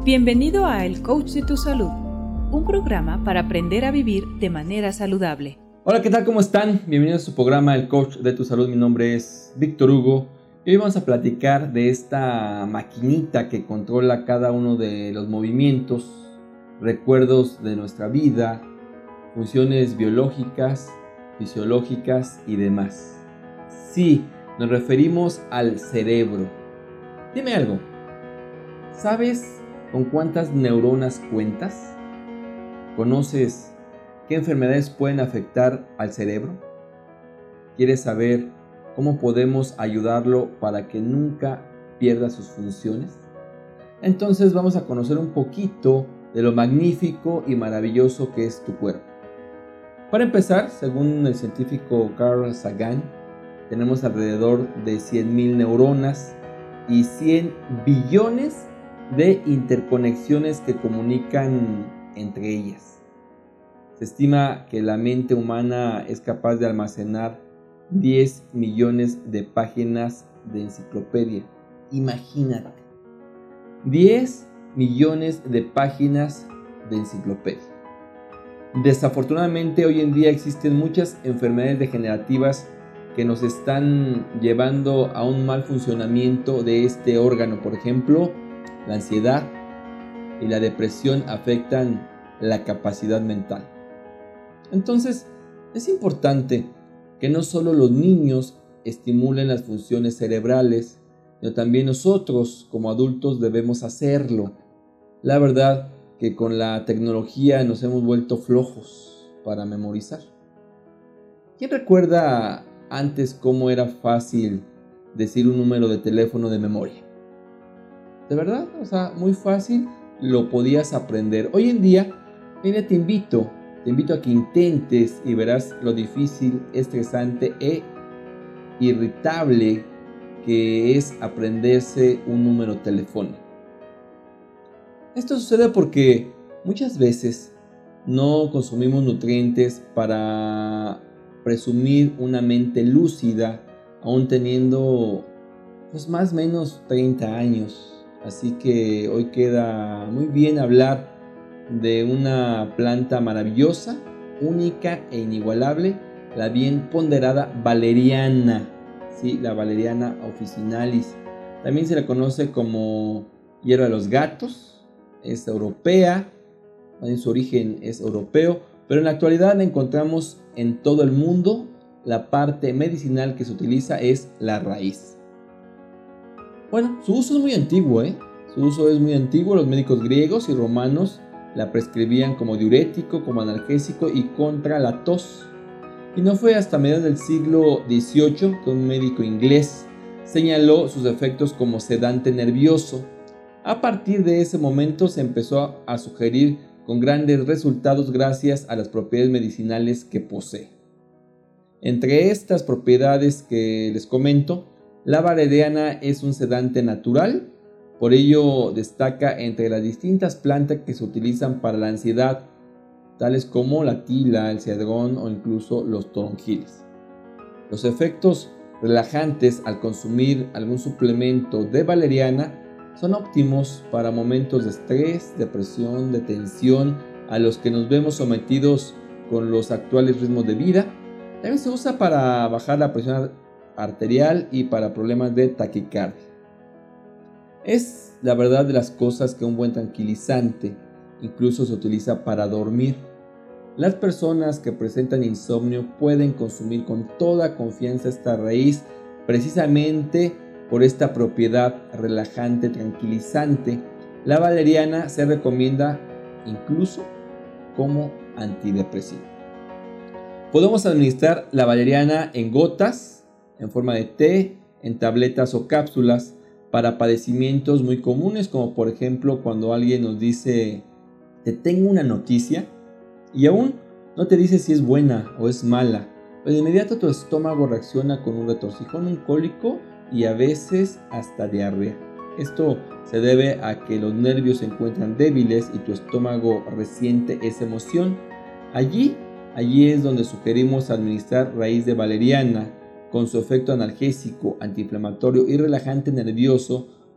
Bienvenido a El Coach de tu Salud, un programa para aprender a vivir de manera saludable. Hola, ¿qué tal? ¿Cómo están? Bienvenidos a su programa El Coach de tu Salud. Mi nombre es Víctor Hugo y hoy vamos a platicar de esta maquinita que controla cada uno de los movimientos, recuerdos de nuestra vida, funciones biológicas, fisiológicas y demás. Sí, nos referimos al cerebro. Dime algo, ¿sabes con cuántas neuronas cuentas? ¿Conoces qué enfermedades pueden afectar al cerebro? ¿Quieres saber cómo podemos ayudarlo para que nunca pierda sus funciones? Entonces vamos a conocer un poquito de lo magnífico y maravilloso que es tu cuerpo. Para empezar, según el científico Carl Sagan, tenemos alrededor de 100,000 neuronas y 100 billones de interconexiones que comunican entre ellas. Se estima que la mente humana es capaz de almacenar 10 millones de páginas de enciclopedia. Imagínate, 10 millones de páginas de enciclopedia. Desafortunadamente, hoy en día existen muchas enfermedades degenerativas que nos están llevando a un mal funcionamiento de este órgano. Por ejemplo, la ansiedad y la depresión afectan la capacidad mental. Entonces, es importante que no solo los niños estimulen las funciones cerebrales, sino también nosotros como adultos debemos hacerlo. La verdad que con la tecnología nos hemos vuelto flojos para memorizar. ¿Quién recuerda antes cómo era fácil decir un número de teléfono de memoria? De verdad, muy fácil, lo podías aprender. Hoy en día, te invito a que intentes y verás lo difícil, estresante e irritable que es aprenderse un número telefónico. Esto sucede porque muchas veces no consumimos nutrientes para presumir una mente lúcida, aún teniendo más o menos 30 años. Así que hoy queda muy bien hablar de una planta maravillosa, única e inigualable, la bien ponderada valeriana. Sí, la Valeriana officinalis. También se le conoce como hierba de los gatos. Es europea, en su origen es europeo, pero en la actualidad la encontramos en todo el mundo. La parte medicinal que se utiliza es la raíz. Bueno, su uso es muy antiguo, Los médicos griegos y romanos la prescribían como diurético, como analgésico y contra la tos. Y no fue hasta mediados del siglo XVIII que un médico inglés señaló sus efectos como sedante nervioso. A partir de ese momento se empezó a sugerir con grandes resultados gracias a las propiedades medicinales que posee. Entre estas propiedades que les comento, la valeriana es un sedante natural, por ello destaca entre las distintas plantas que se utilizan para la ansiedad, tales como la tila, el cedrón o incluso los toronjiles. Los efectos relajantes al consumir algún suplemento de valeriana son óptimos para momentos de estrés, depresión, de tensión a los que nos vemos sometidos con los actuales ritmos de vida. También se usa para bajar la presión arterial y para problemas de taquicardia. Es la verdad de las cosas que un buen tranquilizante incluso se utiliza para dormir. Las personas que presentan insomnio pueden consumir con toda confianza esta raíz precisamente por esta propiedad relajante, tranquilizante. La valeriana se recomienda incluso como antidepresivo. Podemos administrar la valeriana en gotas, en forma de té, en tabletas o cápsulas para padecimientos muy comunes, como por ejemplo cuando alguien nos dice: te tengo una noticia, y aún no te dice si es buena o es mala, pero de inmediato tu estómago reacciona con un retorcijón, un cólico y a veces hasta diarrea. Esto se debe a que los nervios se encuentran débiles y tu estómago resiente esa emoción. Allí es donde sugerimos administrar raíz de valeriana con su efecto analgésico, antiinflamatorio y relajante nervioso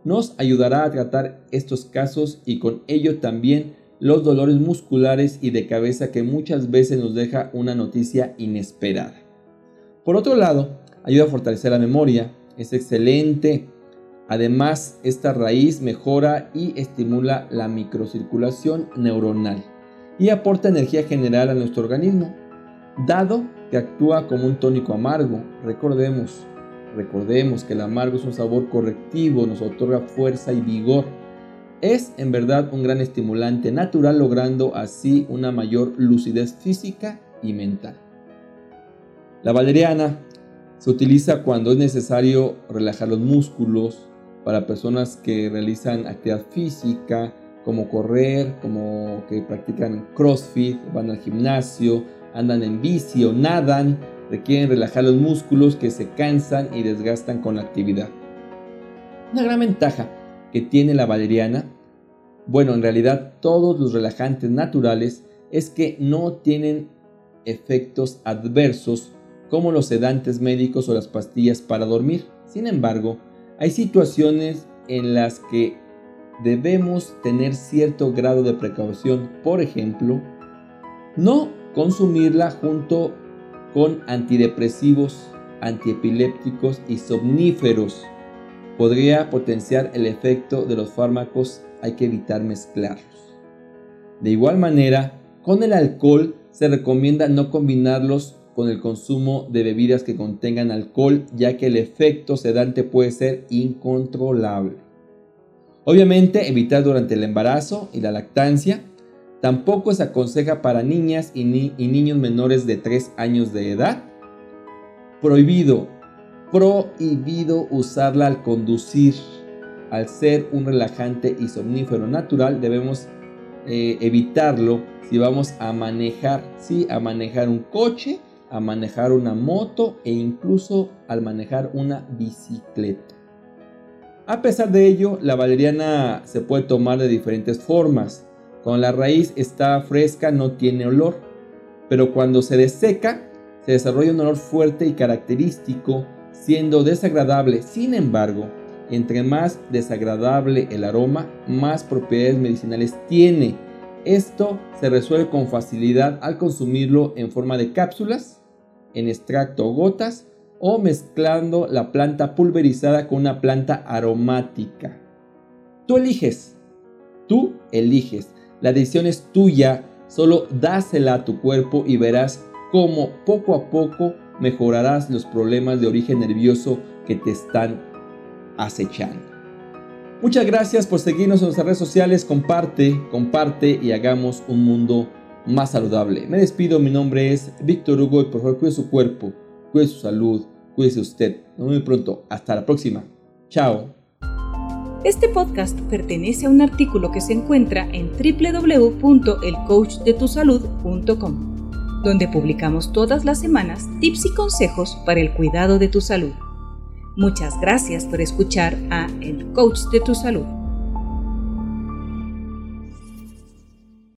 nos ayudará a tratar estos casos y con ello también los dolores musculares y de cabeza que muchas veces nos deja una noticia inesperada. Por otro lado, ayuda a fortalecer la memoria, es excelente. Además, esta raíz mejora y estimula la microcirculación neuronal y aporta energía general a nuestro organismo, dado que actúa como un tónico amargo. Recordemos que el amargo es un sabor correctivo, nos otorga fuerza y vigor. Es en verdad un gran estimulante natural, logrando así una mayor lucidez física y mental. La valeriana se utiliza cuando es necesario relajar los músculos para personas que realizan actividad física, como correr, como que practican CrossFit, van al gimnasio, andan en bici o nadan, requieren relajar los músculos que se cansan y desgastan con la actividad. Una gran ventaja que tiene la valeriana, en realidad todos los relajantes naturales, es que no tienen efectos adversos como los sedantes médicos o las pastillas para dormir. Sin embargo, hay situaciones en las que debemos tener cierto grado de precaución. Por ejemplo, no consumirla junto con antidepresivos, antiepilépticos y somníferos. Podría potenciar el efecto de los fármacos, hay que evitar mezclarlos. De igual manera, con el alcohol se recomienda no combinarlos con el consumo de bebidas que contengan alcohol, ya que el efecto sedante puede ser incontrolable. Obviamente, evitar durante el embarazo y la lactancia. Tampoco se aconseja para niñas y niños menores de 3 años de edad. Prohibido usarla al conducir. Al ser un relajante y somnífero natural, debemos evitarlo si vamos a manejar, a manejar un coche, a manejar una moto e incluso al manejar una bicicleta. A pesar de ello, la valeriana se puede tomar de diferentes formas. Cuando la raíz está fresca no tiene olor, pero cuando se deseca se desarrolla un olor fuerte y característico, siendo desagradable. Sin embargo, entre más desagradable el aroma, más propiedades medicinales tiene. Esto se resuelve con facilidad al consumirlo en forma de cápsulas, en extracto o gotas, o mezclando la planta pulverizada con una planta aromática. Tú eliges. La decisión es tuya, solo dásela a tu cuerpo y verás cómo poco a poco mejorarás los problemas de origen nervioso que te están acechando. Muchas gracias por seguirnos en nuestras redes sociales, comparte y hagamos un mundo más saludable. Me despido, mi nombre es Víctor Hugo y por favor cuide su cuerpo, cuide su salud, cuídese usted. Nos vemos muy pronto, hasta la próxima. Chao. Este podcast pertenece a un artículo que se encuentra en www.elcoachdetusalud.com, donde publicamos todas las semanas tips y consejos para el cuidado de tu salud. Muchas gracias por escuchar a El Coach de tu Salud.